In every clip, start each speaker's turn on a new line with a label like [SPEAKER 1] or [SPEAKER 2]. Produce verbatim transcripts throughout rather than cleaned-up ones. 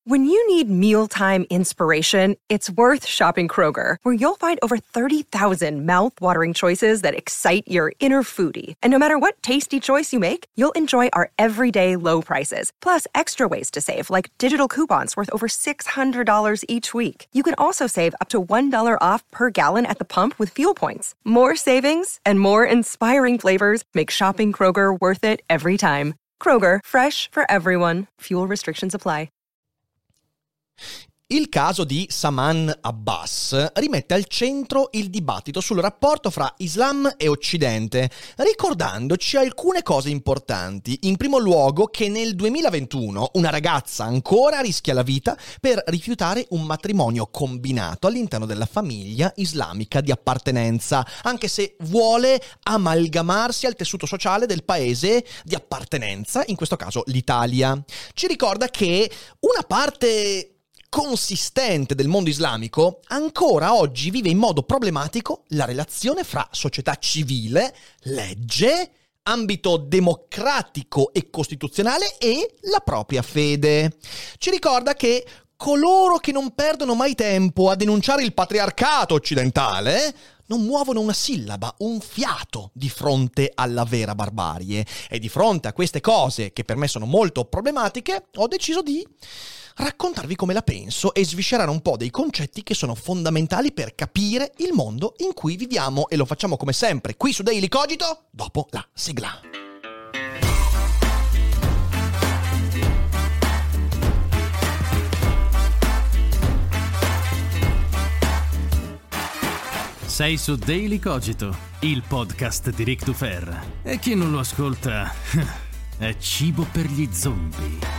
[SPEAKER 1] When you need mealtime inspiration, it's worth shopping Kroger, where you'll find over thirty thousand mouth-watering choices that excite your inner foodie. And no matter what tasty choice you make, you'll enjoy our everyday low prices, plus extra ways to save, like digital coupons worth over six hundred dollars each week. You can also save up to one dollar off per gallon at the pump with fuel points. More savings and more inspiring flavors make shopping Kroger worth it every time. Kroger, fresh for everyone. Fuel restrictions apply.
[SPEAKER 2] Il caso di Saman Abbas rimette al centro il dibattito sul rapporto fra Islam e Occidente, ricordandoci alcune cose importanti. In primo luogo che nel duemilaventuno una ragazza ancora rischia la vita per rifiutare un matrimonio combinato all'interno della famiglia islamica di appartenenza, anche se vuole amalgamarsi al tessuto sociale del paese di appartenenza, in questo caso l'Italia. Ci ricorda che una parte consistente del mondo islamico ancora oggi vive in modo problematico la relazione fra società civile, legge, ambito democratico e costituzionale e la propria fede. Ci ricorda che coloro che non perdono mai tempo a denunciare il patriarcato occidentale non muovono una sillaba, un fiato di fronte alla vera barbarie. E di fronte a queste cose, che per me sono molto problematiche, ho deciso di raccontarvi come la penso e sviscerare un po' dei concetti che sono fondamentali per capire il mondo in cui viviamo, e lo facciamo come sempre qui su Daily Cogito dopo la sigla.
[SPEAKER 3] Sei su Daily Cogito, il podcast di Ric Dufer. E chi non lo ascolta è cibo per gli zombie.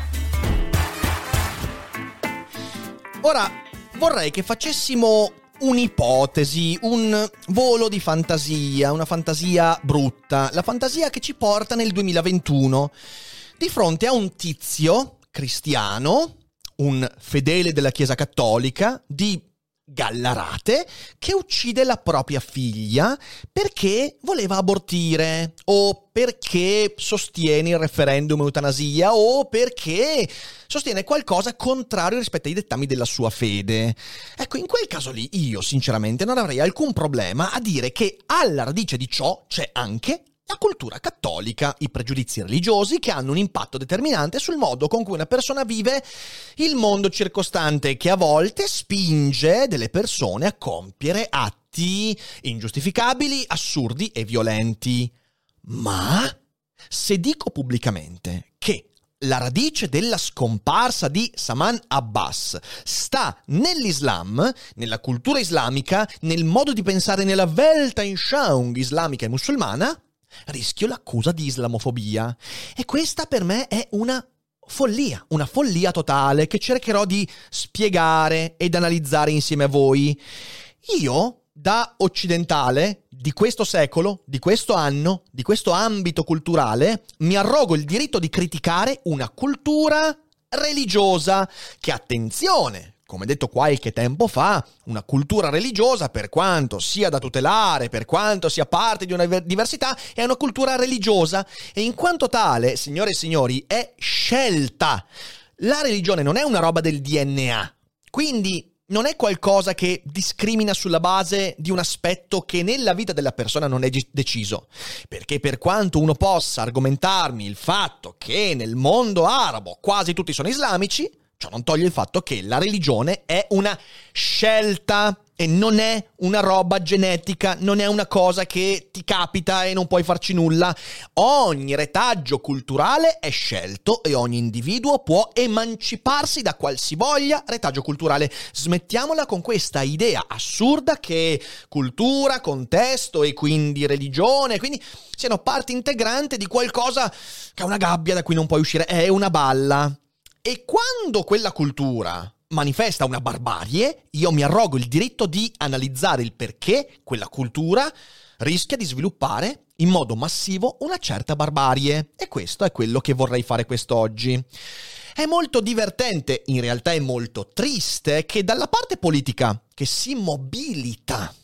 [SPEAKER 2] Ora, vorrei che facessimo un'ipotesi, un volo di fantasia, una fantasia brutta, la fantasia che ci porta nel duemilaventuno, di fronte a un tizio cristiano, un fedele della Chiesa Cattolica, di Gallarate, che uccide la propria figlia perché voleva abortire, o perché sostiene il referendum eutanasia, o perché sostiene qualcosa contrario rispetto ai dettami della sua fede. Ecco, in quel caso lì io sinceramente non avrei alcun problema a dire che alla radice di ciò c'è anche la cultura cattolica, i pregiudizi religiosi che hanno un impatto determinante sul modo con cui una persona vive il mondo circostante, che a volte spinge delle persone a compiere atti ingiustificabili, assurdi e violenti. Ma se dico pubblicamente che la radice della scomparsa di Saman Abbas sta nell'Islam, nella cultura islamica, nel modo di pensare, nella Weltanschauung islamica e musulmana, rischio l'accusa di islamofobia. E questa per me è una follia, una follia totale che cercherò di spiegare ed analizzare insieme a voi. Io, da occidentale, di questo secolo, di questo anno, di questo ambito culturale, mi arrogo il diritto di criticare una cultura religiosa che, attenzione, come detto qualche tempo fa, una cultura religiosa, per quanto sia da tutelare, per quanto sia parte di una diversità, è una cultura religiosa e in quanto tale, signore e signori, è scelta. La religione non è una roba del D N A, quindi non è qualcosa che discrimina sulla base di un aspetto che nella vita della persona non è deciso. Perché per quanto uno possa argomentarmi il fatto che nel mondo arabo quasi tutti sono islamici, ciò non toglie il fatto che la religione è una scelta e non è una roba genetica, non è una cosa che ti capita e non puoi farci nulla. Ogni retaggio culturale è scelto e ogni individuo può emanciparsi da qualsivoglia retaggio culturale. Smettiamola con questa idea assurda che cultura, contesto e quindi religione, quindi siano parte integrante di qualcosa che è una gabbia da cui non puoi uscire, è una balla. E quando quella cultura manifesta una barbarie, io mi arrogo il diritto di analizzare il perché quella cultura rischia di sviluppare in modo massivo una certa barbarie. E questo è quello che vorrei fare quest'oggi. È molto divertente, in realtà è molto triste, che dalla parte politica che si mobilita,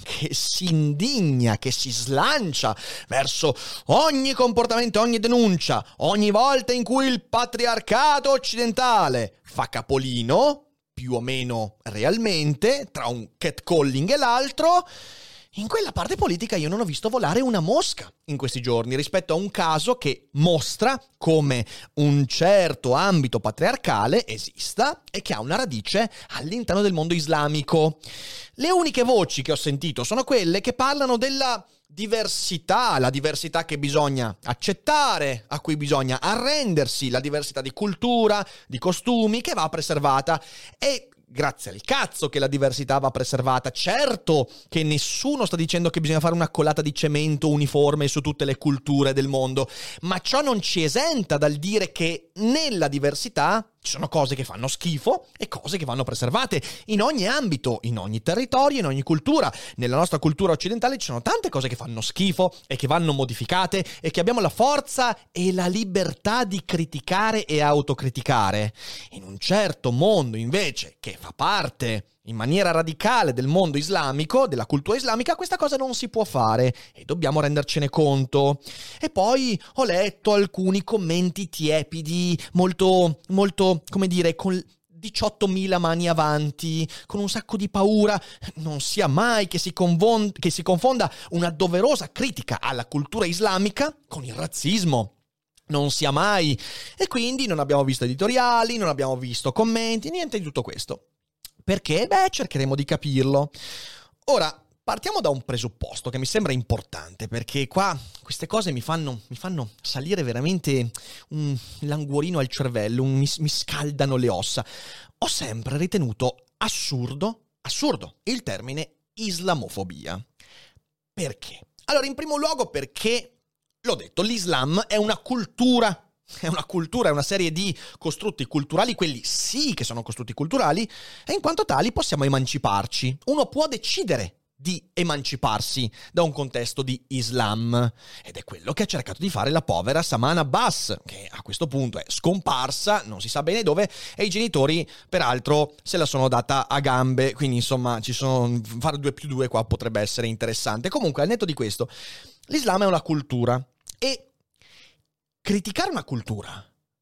[SPEAKER 2] che si indigna, che si slancia verso ogni comportamento, ogni denuncia, ogni volta in cui il patriarcato occidentale fa capolino, più o meno realmente, tra un catcalling e l'altro, in quella parte politica io non ho visto volare una mosca in questi giorni rispetto a un caso che mostra come un certo ambito patriarcale esista e che ha una radice all'interno del mondo islamico. Le uniche voci che ho sentito sono quelle che parlano della diversità, la diversità che bisogna accettare, a cui bisogna arrendersi, la diversità di cultura, di costumi che va preservata. E grazie al cazzo che la diversità va preservata. Certo che nessuno sta dicendo che bisogna fare una colata di cemento uniforme su tutte le culture del mondo, ma ciò non ci esenta dal dire che nella diversità ci sono cose che fanno schifo e cose che vanno preservate in ogni ambito, in ogni territorio, in ogni cultura. Nella nostra cultura occidentale ci sono tante cose che fanno schifo e che vanno modificate e che abbiamo la forza e la libertà di criticare e autocriticare. In un certo mondo invece che fa parte in maniera radicale del mondo islamico, della cultura islamica, questa cosa non si può fare e dobbiamo rendercene conto. E poi ho letto alcuni commenti tiepidi, molto, molto, come dire, con diciottomila mani avanti, con un sacco di paura. Non sia mai che si, convon- che si confonda una doverosa critica alla cultura islamica con il razzismo. Non sia mai. E quindi non abbiamo visto editoriali, non abbiamo visto commenti, niente di tutto questo. Perché? Beh, cercheremo di capirlo. Ora, partiamo da un presupposto che mi sembra importante, perché qua queste cose mi fanno, mi fanno salire veramente un languorino al cervello, un, mi, mi scaldano le ossa. Ho sempre ritenuto assurdo, assurdo, il termine islamofobia. Perché? Allora, in primo luogo perché, l'ho detto, l'Islam è una cultura. È una cultura, è una serie di costrutti culturali, quelli sì che sono costrutti culturali, e in quanto tali possiamo emanciparci. Uno può decidere di emanciparsi da un contesto di Islam, ed è quello che ha cercato di fare la povera Saman Abbas, che a questo punto è scomparsa, non si sa bene dove, e i genitori peraltro se la sono data a gambe, quindi insomma ci sono, fare due più due qua potrebbe essere interessante. Comunque, al netto di questo, l'Islam è una cultura, e criticare una cultura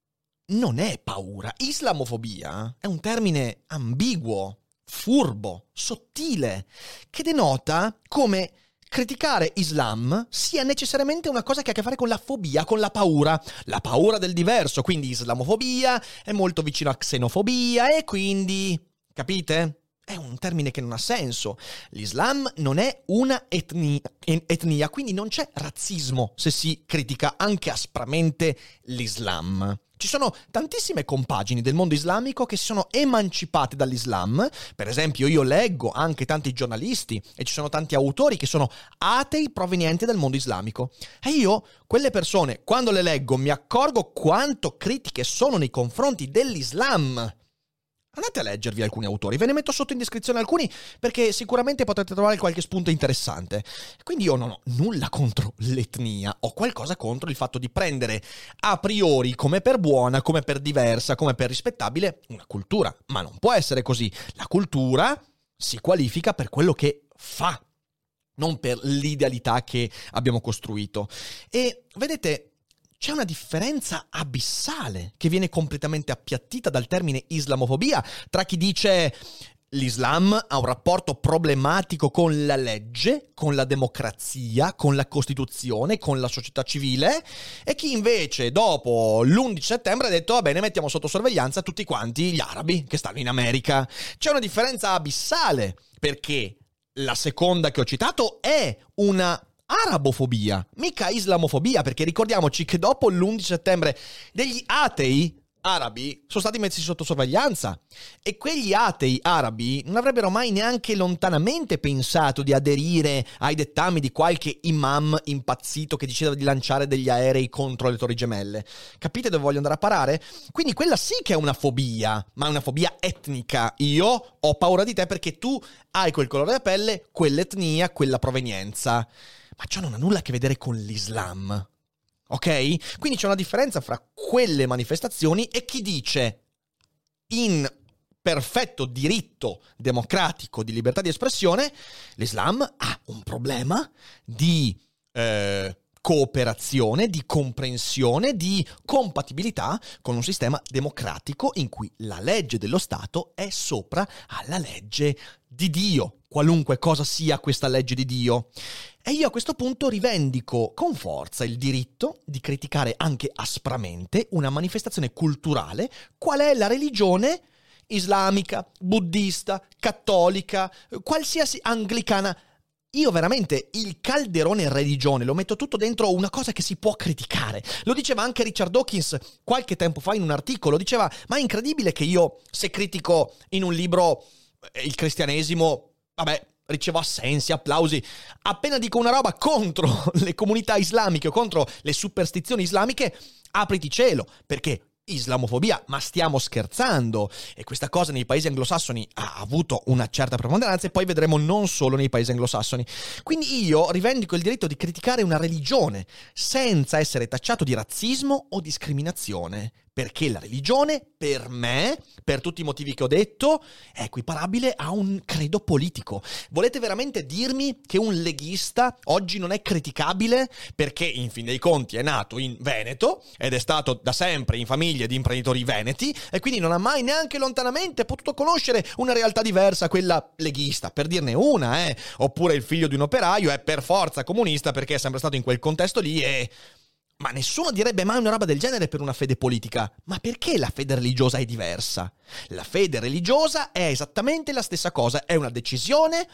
[SPEAKER 2] non è paura. Islamofobia è un termine ambiguo, furbo, sottile, che denota come criticare Islam sia necessariamente una cosa che ha a che fare con la fobia, con la paura. La paura del diverso, quindi islamofobia è molto vicino a xenofobia e quindi, capite? È un termine che non ha senso. L'Islam non è una etnia, etnia, quindi non c'è razzismo se si critica anche aspramente l'Islam. Ci sono tantissime compagini del mondo islamico che si sono emancipate dall'Islam. Per esempio, io leggo anche tanti giornalisti e ci sono tanti autori che sono atei provenienti dal mondo islamico. E io, quelle persone, quando le leggo, mi accorgo quanto critiche sono nei confronti dell'Islam. Andate a leggervi alcuni autori, ve ne metto sotto in descrizione alcuni perché sicuramente potrete trovare qualche spunto interessante. Quindi io non ho nulla contro l'etnia, ho qualcosa contro il fatto di prendere a priori come per buona, come per diversa, come per rispettabile una cultura. Ma non può essere così. La cultura si qualifica per quello che fa, non per l'idealità che abbiamo costruito. E vedete, c'è una differenza abissale che viene completamente appiattita dal termine islamofobia tra chi dice l'Islam ha un rapporto problematico con la legge, con la democrazia, con la Costituzione, con la società civile, e chi invece dopo l'undici settembre ha detto va bene, mettiamo sotto sorveglianza tutti quanti gli arabi che stanno in America. C'è una differenza abissale perché la seconda che ho citato è una arabofobia, mica islamofobia, perché ricordiamoci che dopo l'undici settembre degli atei arabi sono stati messi sotto sorveglianza e quegli atei arabi non avrebbero mai neanche lontanamente pensato di aderire ai dettami di qualche imam impazzito che diceva di lanciare degli aerei contro le Torri Gemelle. Capite dove voglio andare a parare? Quindi quella sì che è una fobia, ma è una fobia etnica. Io ho paura di te perché tu hai quel colore della pelle, quell'etnia, quella provenienza. Ma ciò non ha nulla a che vedere con l'Islam, ok? Quindi c'è una differenza fra quelle manifestazioni e chi dice in perfetto diritto democratico di libertà di espressione, l'Islam ha un problema di eh, cooperazione, di comprensione, di compatibilità con un sistema democratico in cui la legge dello Stato è sopra alla legge di Dio, qualunque cosa sia questa legge di Dio. E io a questo punto rivendico con forza il diritto di criticare anche aspramente una manifestazione culturale qual è la religione islamica, buddista, cattolica, qualsiasi anglicana. Io veramente il calderone religione lo metto tutto dentro una cosa che si può criticare. Lo diceva anche Richard Dawkins qualche tempo fa in un articolo, diceva ma è incredibile che io se critico in un libro il cristianesimo, vabbè, ricevo assensi, applausi. Appena dico una roba contro le comunità islamiche o contro le superstizioni islamiche, apriti cielo, perché islamofobia, ma stiamo scherzando? E questa cosa nei paesi anglosassoni ha avuto una certa preponderanza e poi vedremo non solo nei paesi anglosassoni. Quindi io rivendico il diritto di criticare una religione senza essere tacciato di razzismo o discriminazione, perché la religione, per me, per tutti i motivi che ho detto, è equiparabile a un credo politico. Volete veramente dirmi che un leghista oggi non è criticabile perché, in fin dei conti, è nato in Veneto ed è stato da sempre in famiglie di imprenditori veneti e quindi non ha mai neanche lontanamente potuto conoscere una realtà diversa, quella leghista, per dirne una, eh? Oppure il figlio di un operaio è per forza comunista perché è sempre stato in quel contesto lì e... Ma nessuno direbbe mai una roba del genere per una fede politica. Ma perché la fede religiosa è diversa? La fede religiosa è esattamente la stessa cosa, è una decisione.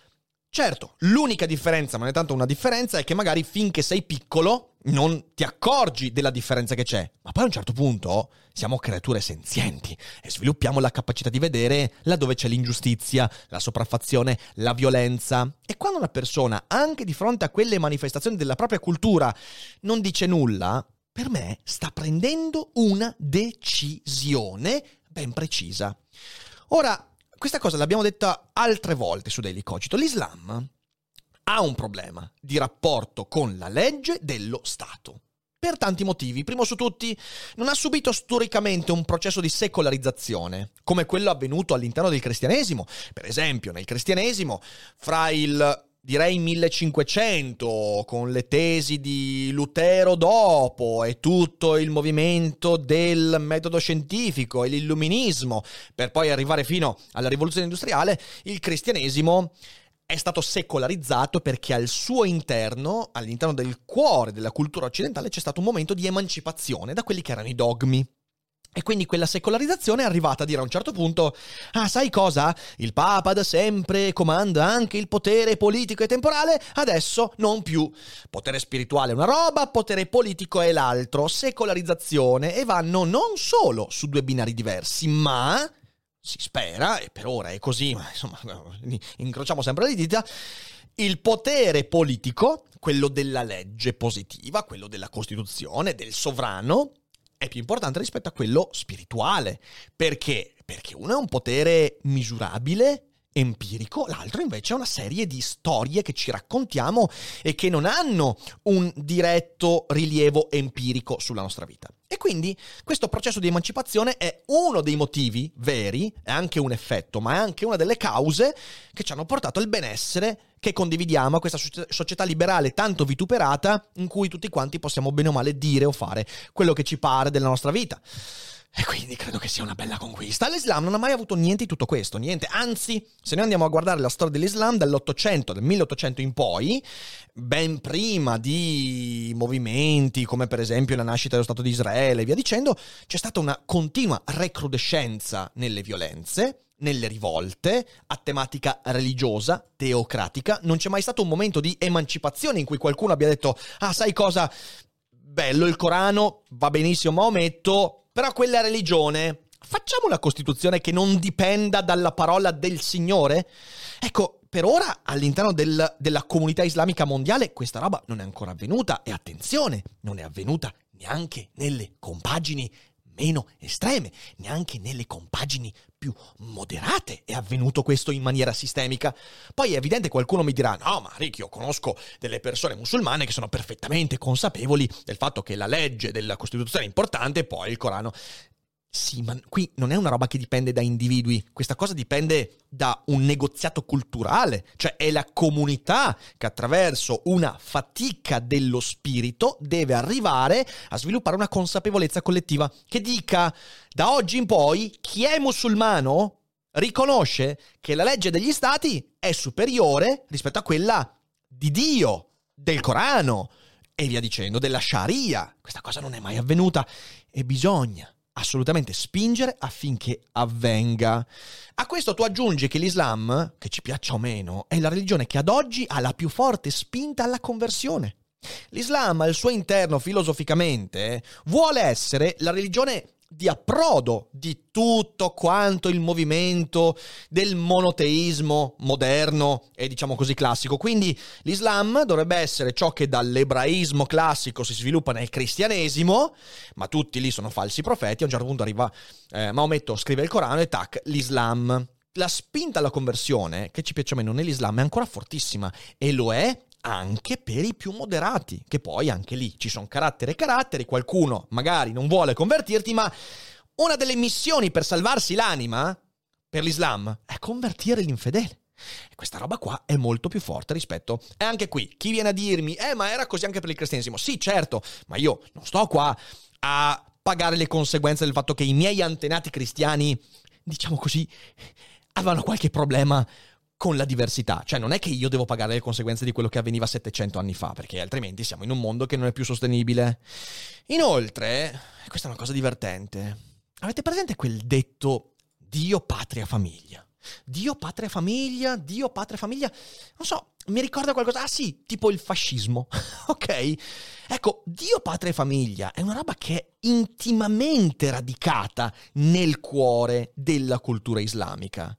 [SPEAKER 2] Certo, l'unica differenza, ma non è tanto una differenza, è che magari finché sei piccolo non ti accorgi della differenza che c'è. Ma poi a un certo punto siamo creature senzienti e sviluppiamo la capacità di vedere laddove c'è l'ingiustizia, la sopraffazione, la violenza. E quando una persona, anche di fronte a quelle manifestazioni della propria cultura, non dice nulla, per me sta prendendo una decisione ben precisa. Ora, questa cosa l'abbiamo detta altre volte su Daily Cogito. L'Islam ha un problema di rapporto con la legge dello Stato. Per tanti motivi. Primo su tutti, non ha subito storicamente un processo di secolarizzazione, come quello avvenuto all'interno del cristianesimo. Per esempio, nel cristianesimo, fra il... direi millecinquecento, con le tesi di Lutero dopo e tutto il movimento del metodo scientifico e l'illuminismo, per poi arrivare fino alla rivoluzione industriale, il cristianesimo è stato secolarizzato perché al suo interno, all'interno del cuore della cultura occidentale, c'è stato un momento di emancipazione da quelli che erano i dogmi. E quindi quella secolarizzazione è arrivata a dire a un certo punto: ah, sai cosa? Il Papa da sempre comanda anche il potere politico e temporale, adesso non più. Potere spirituale è una roba, potere politico è l'altro. Secolarizzazione, e vanno non solo su due binari diversi, ma... si spera, e per ora è così, ma insomma incrociamo sempre le dita, il potere politico, quello della legge positiva, quello della Costituzione, del sovrano, è più importante rispetto a quello spirituale. Perché? Perché uno è un potere misurabile, empirico, l'altro invece è una serie di storie che ci raccontiamo e che non hanno un diretto rilievo empirico sulla nostra vita. E quindi questo processo di emancipazione è uno dei motivi veri, è anche un effetto, ma è anche una delle cause che ci hanno portato al benessere che condividiamo, a questa società liberale tanto vituperata in cui tutti quanti possiamo bene o male dire o fare quello che ci pare della nostra vita. E quindi credo che sia una bella conquista. L'Islam non ha mai avuto niente di tutto questo, niente. Anzi, se noi andiamo a guardare la storia dell'Islam dall'Ottocento, del milleottocento in poi, ben prima di movimenti come per esempio la nascita dello Stato di Israele e via dicendo, c'è stata una continua recrudescenza nelle violenze, nelle rivolte, a tematica religiosa, teocratica. Non c'è mai stato un momento di emancipazione in cui qualcuno abbia detto: ah, sai cosa? Bello il Corano, va benissimo Maometto, però quella religione, facciamo una Costituzione che non dipenda dalla parola del Signore? Ecco, per ora all'interno del, della comunità islamica mondiale questa roba non è ancora avvenuta, e attenzione, non è avvenuta neanche nelle compagini meno estreme, neanche nelle compagini più moderate è avvenuto questo in maniera sistemica. Poi è evidente, qualcuno mi dirà: no, ma Rick, io conosco delle persone musulmane che sono perfettamente consapevoli del fatto che la legge della Costituzione è importante e poi il Corano. Sì, ma qui non è una roba che dipende da individui, questa cosa dipende da un negoziato culturale, cioè è la comunità che attraverso una fatica dello spirito deve arrivare a sviluppare una consapevolezza collettiva che dica: da oggi in poi chi è musulmano riconosce che la legge degli stati è superiore rispetto a quella di Dio, del Corano e via dicendo, della Sharia. Questa cosa non è mai avvenuta e bisogna assolutamente spingere affinché avvenga. A questo tu aggiungi che l'Islam, che ci piaccia o meno, è la religione che ad oggi ha la più forte spinta alla conversione. L'Islam al suo interno filosoficamente vuole essere la religione di approdo di tutto quanto il movimento del monoteismo moderno e diciamo così classico. Quindi l'Islam dovrebbe essere ciò che dall'ebraismo classico si sviluppa nel cristianesimo, ma tutti lì sono falsi profeti. A un certo punto arriva eh, Maometto, scrive il Corano e tac, l'Islam. La spinta alla conversione, che ci piace o meno, nell'Islam è ancora fortissima e lo è anche per i più moderati, che poi anche lì ci sono caratteri e caratteri, qualcuno magari non vuole convertirti, ma una delle missioni per salvarsi l'anima per l'Islam è convertire l'infedele. E questa roba qua è molto più forte rispetto... E anche qui, chi viene a dirmi, eh ma era così anche per il cristianesimo? Sì, certo, ma io non sto qua a pagare le conseguenze del fatto che i miei antenati cristiani, diciamo così, avevano qualche problema con la diversità. Cioè non è che io devo pagare le conseguenze di quello che avveniva settecento anni fa, perché altrimenti siamo in un mondo che non è più sostenibile. Inoltre, questa è una cosa divertente, avete presente quel detto Dio, patria, famiglia? Dio, patria, famiglia, Dio, patria, famiglia, non so, mi ricorda qualcosa, ah sì, tipo il fascismo, ok? Ecco, Dio, patria e famiglia è una roba che è intimamente radicata nel cuore della cultura islamica.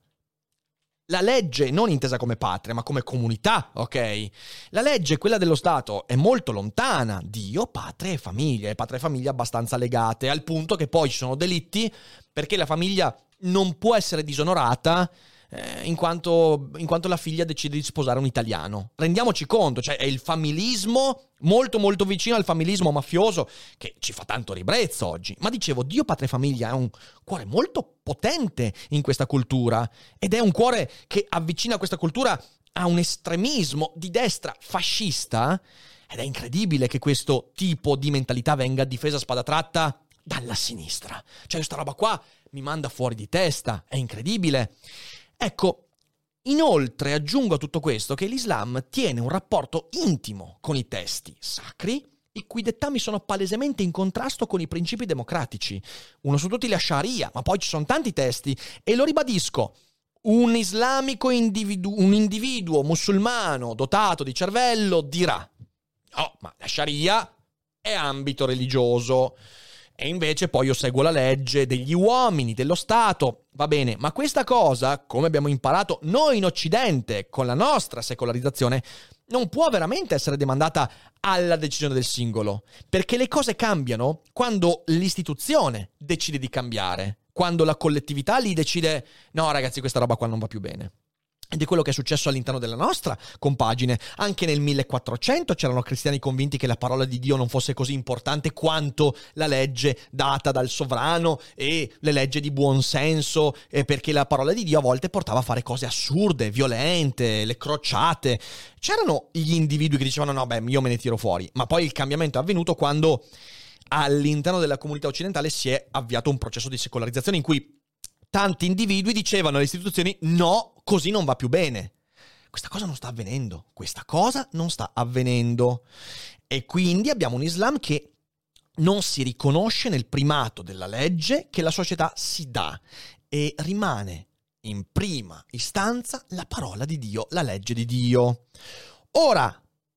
[SPEAKER 2] La legge, non intesa come patria, ma come comunità, ok? La legge, quella dello Stato, è molto lontana. Dio, patria e famiglia, e patria e famiglia abbastanza legate, al punto che poi ci sono delitti perché la famiglia non può essere disonorata eh, in quanto, in quanto la figlia decide di sposare un italiano. Rendiamoci conto, cioè è il familismo molto molto vicino al familismo mafioso che ci fa tanto ribrezzo oggi. Ma dicevo, Dio, patria e famiglia è un cuore molto potente in questa cultura ed è un cuore che avvicina questa cultura a un estremismo di destra fascista ed è incredibile che questo tipo di mentalità venga difesa a spada tratta dalla sinistra. Cioè questa roba qua mi manda fuori di testa, è incredibile. Ecco, inoltre aggiungo a tutto questo che l'Islam tiene un rapporto intimo con i testi sacri, i cui dettami sono palesemente in contrasto con i principi democratici. Uno su tutti la Sharia, ma poi ci sono tanti testi, e lo ribadisco, un islamico individu- un individuo musulmano dotato di cervello dirà: oh, ma la Sharia è ambito religioso, e invece poi io seguo la legge degli uomini, dello Stato. Va bene, ma questa cosa, come abbiamo imparato noi in Occidente con la nostra secolarizzazione, non può veramente essere demandata alla decisione del singolo, perché le cose cambiano quando l'istituzione decide di cambiare, quando la collettività lì decide: no ragazzi, questa roba qua non va più bene. Ed è quello che è successo all'interno della nostra compagine. Anche nel millequattrocento c'erano cristiani convinti che la parola di Dio non fosse così importante quanto la legge data dal sovrano e le leggi di buon senso, eh, perché la parola di Dio a volte portava a fare cose assurde, violente, le crociate. C'erano gli individui che dicevano: no, beh, io me ne tiro fuori. Ma poi il cambiamento è avvenuto quando all'interno della comunità occidentale si è avviato un processo di secolarizzazione in cui tanti individui dicevano alle istituzioni: no, così non va più bene. Questa cosa non sta avvenendo. Questa cosa non sta avvenendo. E quindi abbiamo un Islam che non si riconosce nel primato della legge che la società si dà e rimane in prima istanza la parola di Dio, la legge di Dio. Ora,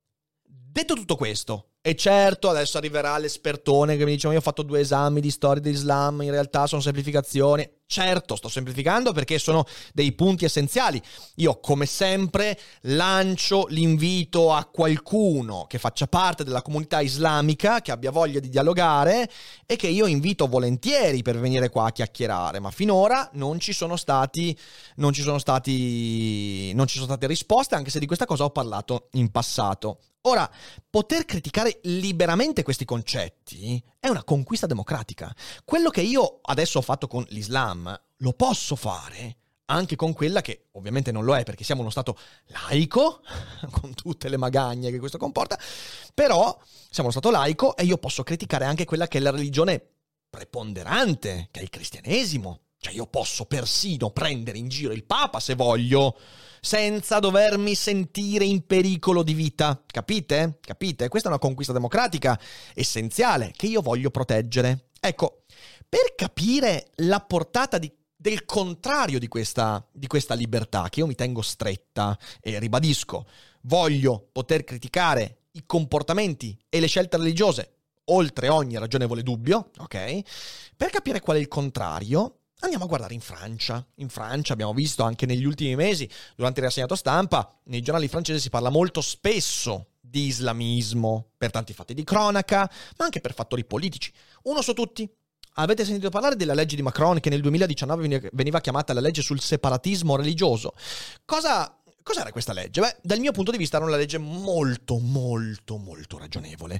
[SPEAKER 2] detto tutto questo, e certo, adesso arriverà l'espertone che mi dice: io ho fatto due esami di storia dell'Islam, in realtà sono semplificazioni. Certo, sto semplificando perché sono dei punti essenziali. Io, come sempre, lancio l'invito a qualcuno che faccia parte della comunità islamica, che abbia voglia di dialogare e che io invito volentieri per venire qua a chiacchierare. Ma finora non ci sono stati, non ci sono stati, non ci sono state risposte, anche se di questa cosa ho parlato in passato. Ora, poter criticare liberamente questi concetti è è una conquista democratica. Quello che io adesso ho fatto con l'Islam lo posso fare anche con quella che ovviamente non lo è, perché siamo uno stato laico, con tutte le magagne che questo comporta, però siamo uno stato laico e io posso criticare anche quella che è la religione preponderante, che è il cristianesimo. Cioè io posso persino prendere in giro il Papa se voglio, senza dovermi sentire in pericolo di vita. Capite? Capite? Questa è una conquista democratica essenziale che io voglio proteggere. Ecco, per capire la portata di del contrario di questa, di questa libertà, che io mi tengo stretta e ribadisco, voglio poter criticare i comportamenti e le scelte religiose oltre ogni ragionevole dubbio, ok? Per capire qual è il contrario, andiamo a guardare in Francia. In Francia abbiamo visto anche negli ultimi mesi, durante il rassegnato stampa, nei giornali francesi si parla molto spesso di islamismo, per tanti fatti di cronaca, ma anche per fattori politici. Uno su tutti. Avete sentito parlare della legge di Macron che nel duemiladiciannove veniva chiamata la legge sul separatismo religioso? Cosa, cos'era questa legge? Beh, dal mio punto di vista era una legge molto, molto, molto ragionevole.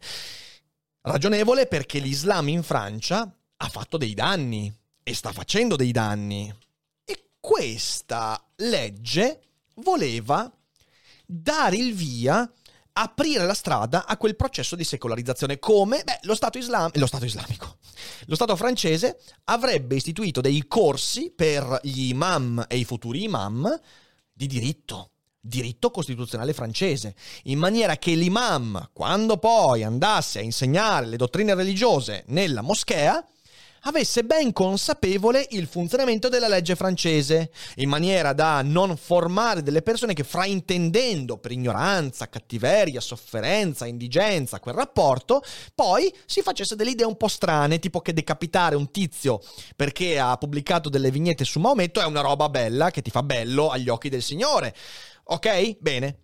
[SPEAKER 2] Ragionevole perché l'Islam in Francia ha fatto dei danni e sta facendo dei danni. E questa legge voleva dare il via, aprire la strada a quel processo di secolarizzazione. Come? Beh, lo Stato Islam- lo Stato islamico. Lo Stato francese avrebbe istituito dei corsi per gli imam e i futuri imam di diritto, diritto costituzionale francese, in maniera che l'imam, quando poi andasse a insegnare le dottrine religiose nella moschea, avesse ben consapevole il funzionamento della legge francese, in maniera da non formare delle persone che, fraintendendo per ignoranza, cattiveria, sofferenza, indigenza quel rapporto, poi si facesse delle idee un po' strane, tipo che decapitare un tizio perché ha pubblicato delle vignette su Maometto è una roba bella che ti fa bello agli occhi del Signore. Ok? Bene.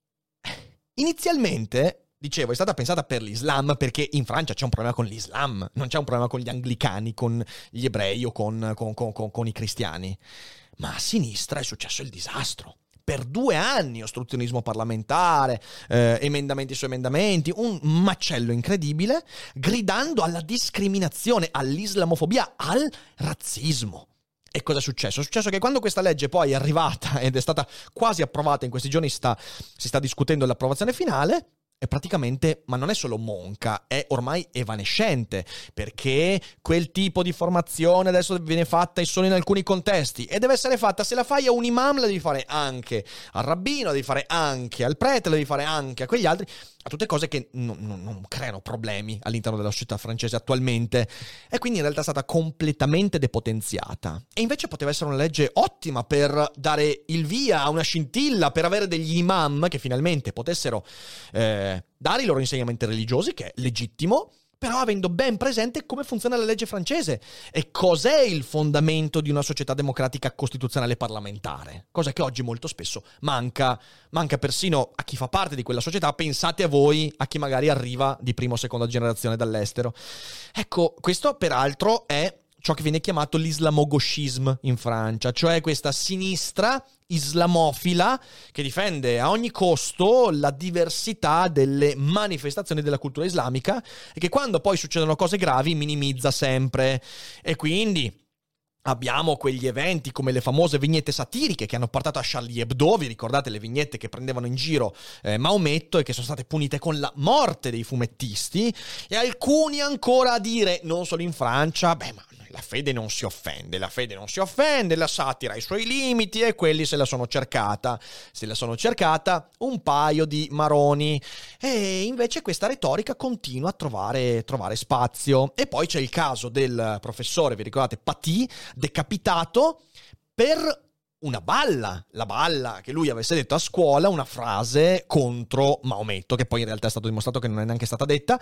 [SPEAKER 2] Inizialmente, dicevo, è stata pensata per l'Islam perché in Francia c'è un problema con l'Islam, non c'è un problema con gli anglicani, con gli ebrei o con, con, con, con, con i cristiani. Ma a sinistra è successo il disastro. Per due anni ostruzionismo parlamentare, eh, emendamenti su emendamenti, un macello incredibile, gridando alla discriminazione, all'islamofobia, al razzismo. E cosa è successo? È successo che quando questa legge poi è arrivata ed è stata quasi approvata, in questi giorni sta, si sta discutendo dell'approvazione finale, è praticamente, ma non è solo monca, è ormai evanescente, perché quel tipo di formazione adesso viene fatta solo in alcuni contesti e deve essere fatta, se la fai a un imam la devi fare anche al rabbino, la devi fare anche al prete, la devi fare anche a quegli altri, a tutte cose che non, non, non creano problemi all'interno della società francese attualmente, e quindi in realtà è stata completamente depotenziata. E invece poteva essere una legge ottima per dare il via a una scintilla, per avere degli imam che finalmente potessero eh, dare i loro insegnamenti religiosi, che è legittimo, però avendo ben presente come funziona la legge francese e cos'è il fondamento di una società democratica costituzionale parlamentare, cosa che oggi molto spesso manca, manca persino a chi fa parte di quella società. Pensate a voi, a chi magari arriva di prima o seconda generazione dall'estero. Ecco, questo peraltro è ciò che viene chiamato l'islamogauchisme in Francia, cioè questa sinistra islamofila che difende a ogni costo la diversità delle manifestazioni della cultura islamica e che quando poi succedono cose gravi minimizza sempre. E quindi abbiamo quegli eventi come le famose vignette satiriche che hanno portato a Charlie Hebdo, vi ricordate le vignette che prendevano in giro eh, Maometto e che sono state punite con la morte dei fumettisti, e alcuni ancora a dire, non solo in Francia, beh ma la fede non si offende, la fede non si offende, la satira ha i suoi limiti e quelli se la sono cercata, se la sono cercata un paio di maroni. E invece questa retorica continua a trovare, trovare spazio. E poi c'è il caso del professore, vi ricordate, Paty, decapitato per una balla, la balla che lui avesse detto a scuola, una frase contro Maometto, che poi in realtà è stato dimostrato che non è neanche stata detta,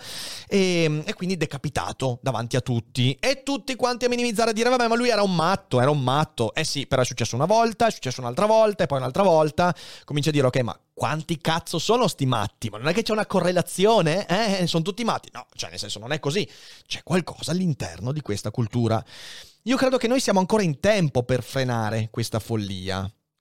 [SPEAKER 2] e, e quindi decapitato davanti a tutti, e tutti quanti a minimizzare, a dire vabbè ma lui era un matto, era un matto, eh sì, però è successo una volta, è successo un'altra volta, e poi un'altra volta, comincia a dire ok ma quanti cazzo sono sti matti? Ma non è che c'è una correlazione? Eh, sono tutti matti? No, cioè nel senso non è così, c'è qualcosa all'interno di questa cultura. Io credo che noi siamo ancora in tempo per frenare questa follia.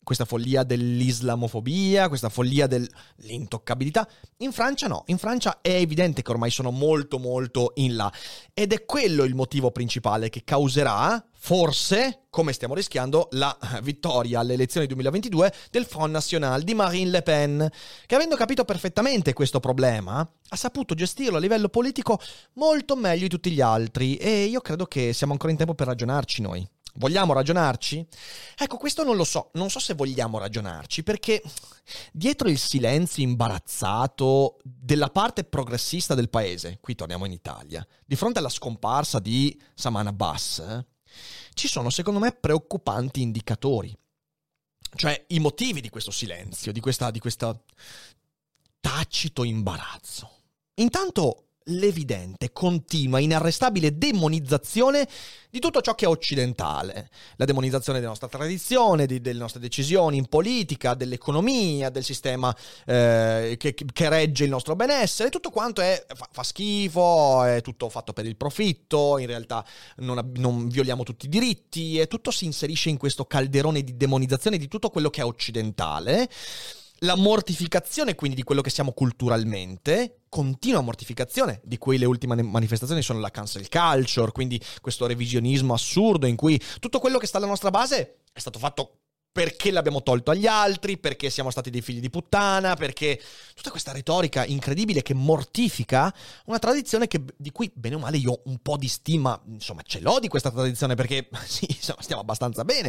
[SPEAKER 2] questa follia dell'islamofobia, questa follia dell'intoccabilità. In Francia no, in Francia è evidente che ormai sono molto molto in là, ed è quello il motivo principale che causerà, forse, come stiamo rischiando, la vittoria alle elezioni duemilaventidue del Front National di Marine Le Pen, che avendo capito perfettamente questo problema ha saputo gestirlo a livello politico molto meglio di tutti gli altri, e io credo che siamo ancora in tempo per ragionarci noi. Vogliamo ragionarci? Ecco, questo non lo so, non so se vogliamo ragionarci, perché dietro il silenzio imbarazzato della parte progressista del paese, qui torniamo in Italia, di fronte alla scomparsa di Saman Abbas, eh, ci sono secondo me preoccupanti indicatori. Cioè i motivi di questo silenzio, di questa, di questo tacito imbarazzo. Intanto l'evidente, continua, inarrestabile demonizzazione di tutto ciò che è occidentale. La demonizzazione della nostra tradizione, di, delle nostre decisioni in politica, dell'economia, del sistema eh, che, che regge il nostro benessere. Tutto quanto è, fa, fa schifo, è tutto fatto per il profitto, in realtà non, non violiamo tutti i diritti, e tutto si inserisce in questo calderone di demonizzazione di tutto quello che è occidentale. La mortificazione quindi di quello che siamo culturalmente, continua mortificazione di cui le ultime manifestazioni sono la cancel culture, quindi questo revisionismo assurdo in cui tutto quello che sta alla nostra base è stato fatto perché l'abbiamo tolto agli altri, perché siamo stati dei figli di puttana, perché tutta questa retorica incredibile che mortifica una tradizione che, di cui bene o male io un po' di stima, insomma ce l'ho di questa tradizione, perché sì, insomma, stiamo abbastanza bene,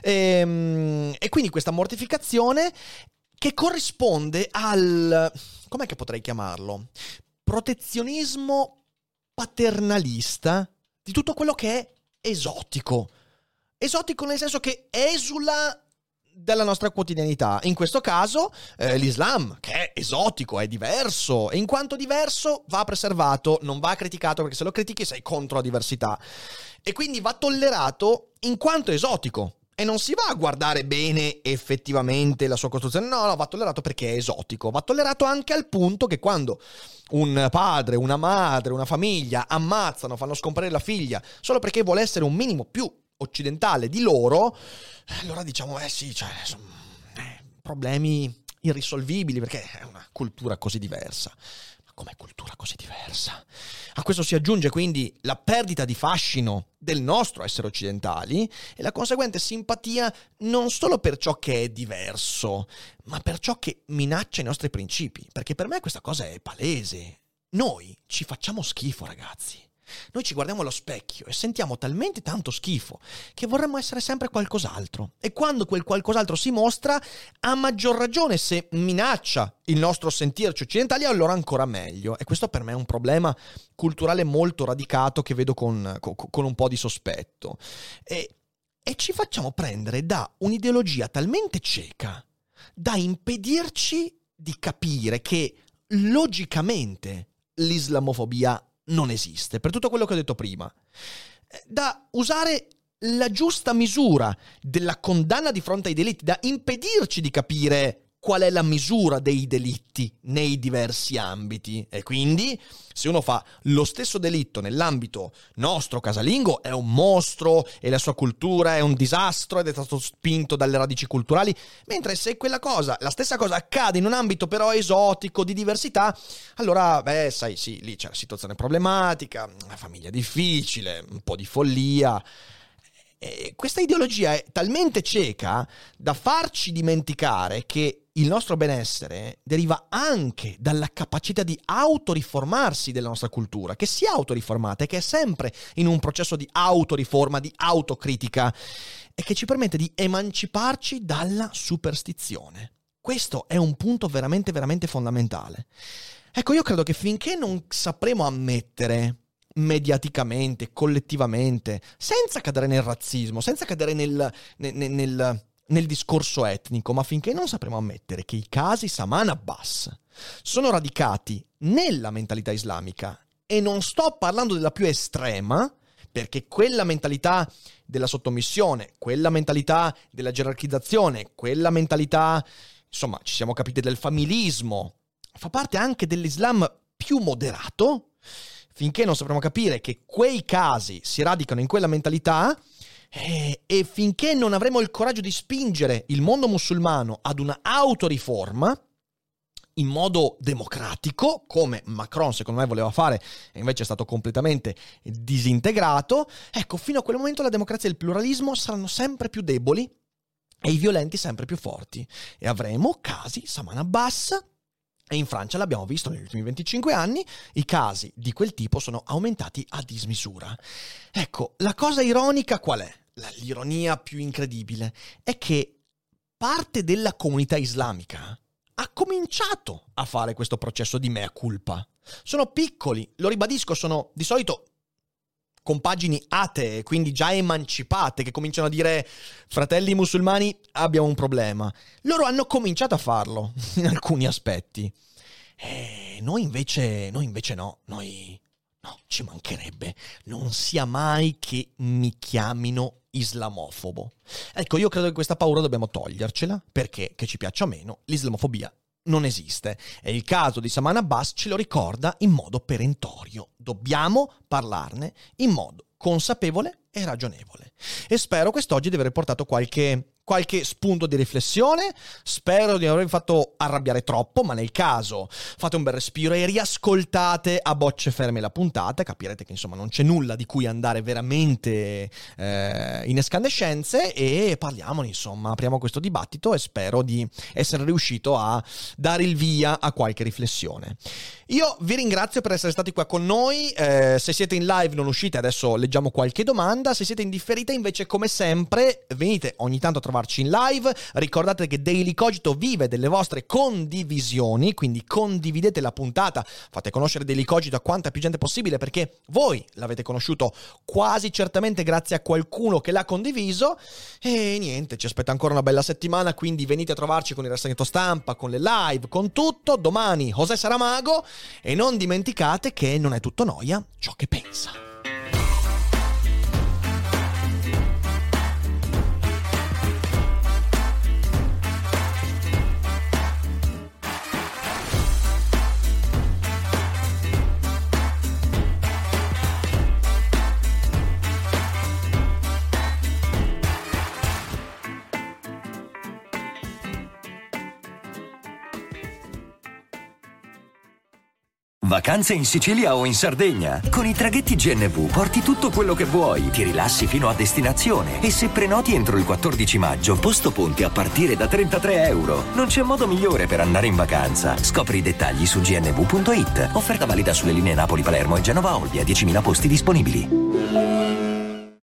[SPEAKER 2] e, e quindi questa mortificazione che corrisponde al, com'è che potrei chiamarlo? Protezionismo paternalista di tutto quello che è esotico. Esotico nel senso che esula dalla nostra quotidianità. In questo caso eh, l'Islam, che è esotico, è diverso, e in quanto diverso va preservato, non va criticato, perché se lo critichi sei contro la diversità. E quindi va tollerato in quanto esotico. E non si va a guardare bene effettivamente la sua costruzione, no, no, va tollerato perché è esotico. Va tollerato anche al punto che quando un padre, una madre, una famiglia ammazzano, fanno scomparire la figlia solo perché vuole essere un minimo più occidentale di loro, allora diciamo, eh sì, cioè, sono eh, problemi irrisolvibili, perché è una cultura così diversa. Com'è cultura così diversa? A questo si aggiunge quindi la perdita di fascino del nostro essere occidentali e la conseguente simpatia non solo per ciò che è diverso, ma per ciò che minaccia i nostri principi. Perché per me questa cosa è palese. Noi ci facciamo schifo, ragazzi. Noi ci guardiamo allo specchio e sentiamo talmente tanto schifo che vorremmo essere sempre qualcos'altro. E quando quel qualcos'altro si mostra, a maggior ragione se minaccia il nostro sentirci occidentali, allora ancora meglio. E questo per me è un problema culturale molto radicato che vedo con, con, con un po' di sospetto. E, e ci facciamo prendere da un'ideologia talmente cieca da impedirci di capire che logicamente l'islamofobia non esiste, per tutto quello che ho detto prima, da usare la giusta misura della condanna di fronte ai delitti, da impedirci di capire qual è la misura dei delitti nei diversi ambiti. E quindi se uno fa lo stesso delitto nell'ambito nostro casalingo è un mostro e la sua cultura è un disastro ed è stato spinto dalle radici culturali, mentre se quella cosa, la stessa cosa accade in un ambito però esotico di diversità, allora beh sai sì, lì c'è una situazione problematica, una famiglia difficile, un po' di follia. E questa ideologia è talmente cieca da farci dimenticare che il nostro benessere deriva anche dalla capacità di autoriformarsi della nostra cultura, che si è autoriformata e che è sempre in un processo di autoriforma, di autocritica, e che ci permette di emanciparci dalla superstizione. Questo è un punto veramente, veramente fondamentale. Ecco, io credo che finché non sapremo ammettere mediaticamente, collettivamente, senza cadere nel razzismo, senza cadere nel, nel, nel, nel discorso etnico, ma finché non sapremo ammettere che i casi Saman Abbas sono radicati nella mentalità islamica, e non sto parlando della più estrema, perché quella mentalità della sottomissione, quella mentalità della gerarchizzazione, quella mentalità, insomma, ci siamo capiti, del familismo, fa parte anche dell'Islam più moderato. Finché non sapremo capire che quei casi si radicano in quella mentalità, E, e finché non avremo il coraggio di spingere il mondo musulmano ad una autoriforma in modo democratico, come Macron secondo me voleva fare e invece è stato completamente disintegrato, ecco, fino a quel momento la democrazia e il pluralismo saranno sempre più deboli e i violenti sempre più forti. E avremo casi Saman Abbas, e in Francia l'abbiamo visto negli ultimi venticinque anni, i casi di quel tipo sono aumentati a dismisura. Ecco, la cosa ironica qual è? L'ironia più incredibile è che parte della comunità islamica ha cominciato a fare questo processo di mea culpa. Sono piccoli, lo ribadisco, sono di solito compagini atee, quindi già emancipate, che cominciano a dire: fratelli musulmani, abbiamo un problema. Loro hanno cominciato a farlo in alcuni aspetti. E noi invece, noi invece no, noi no, ci mancherebbe. Non sia mai che mi chiamino islamofobo. Ecco, io credo che questa paura dobbiamo togliercela, perché, che ci piaccia o meno, l'islamofobia non esiste. E il caso di Saman Abbas ce lo ricorda in modo perentorio. Dobbiamo parlarne in modo consapevole e ragionevole. E spero quest'oggi di aver portato qualche, qualche spunto di riflessione. Spero di non avervi fatto arrabbiare troppo, ma nel caso fate un bel respiro e riascoltate a bocce ferme la puntata. Capirete che insomma non c'è nulla di cui andare veramente eh, in escandescenze, e parliamone, insomma, apriamo questo dibattito e spero di essere riuscito a dare il via a qualche riflessione. Io vi ringrazio per essere stati qua con noi. Eh, se siete in live non uscite, adesso leggiamo qualche domanda. Se siete in differita invece, come sempre, venite ogni tanto a trovarci in live. Ricordate che Daily Cogito vive delle vostre condivisioni, quindi condividete la puntata, fate conoscere Daily Cogito a quanta più gente possibile, perché voi l'avete conosciuto quasi certamente grazie a qualcuno che l'ha condiviso. E niente, ci aspetta ancora una bella settimana, quindi venite a trovarci con il rassegnato stampa, con le live, con tutto. Domani José Saramago, e non dimenticate che non è tutto noia ciò che pensa.
[SPEAKER 4] Vacanze in Sicilia o in Sardegna? Con i traghetti G N V porti tutto quello che vuoi, ti rilassi fino a destinazione e se prenoti entro il quattordici maggio, posto ponti a partire da trentatré euro. Non c'è modo migliore per andare in vacanza. Scopri i dettagli su g n v punto i t. Offerta valida sulle linee Napoli-Palermo e Genova-Olbia, diecimila posti disponibili.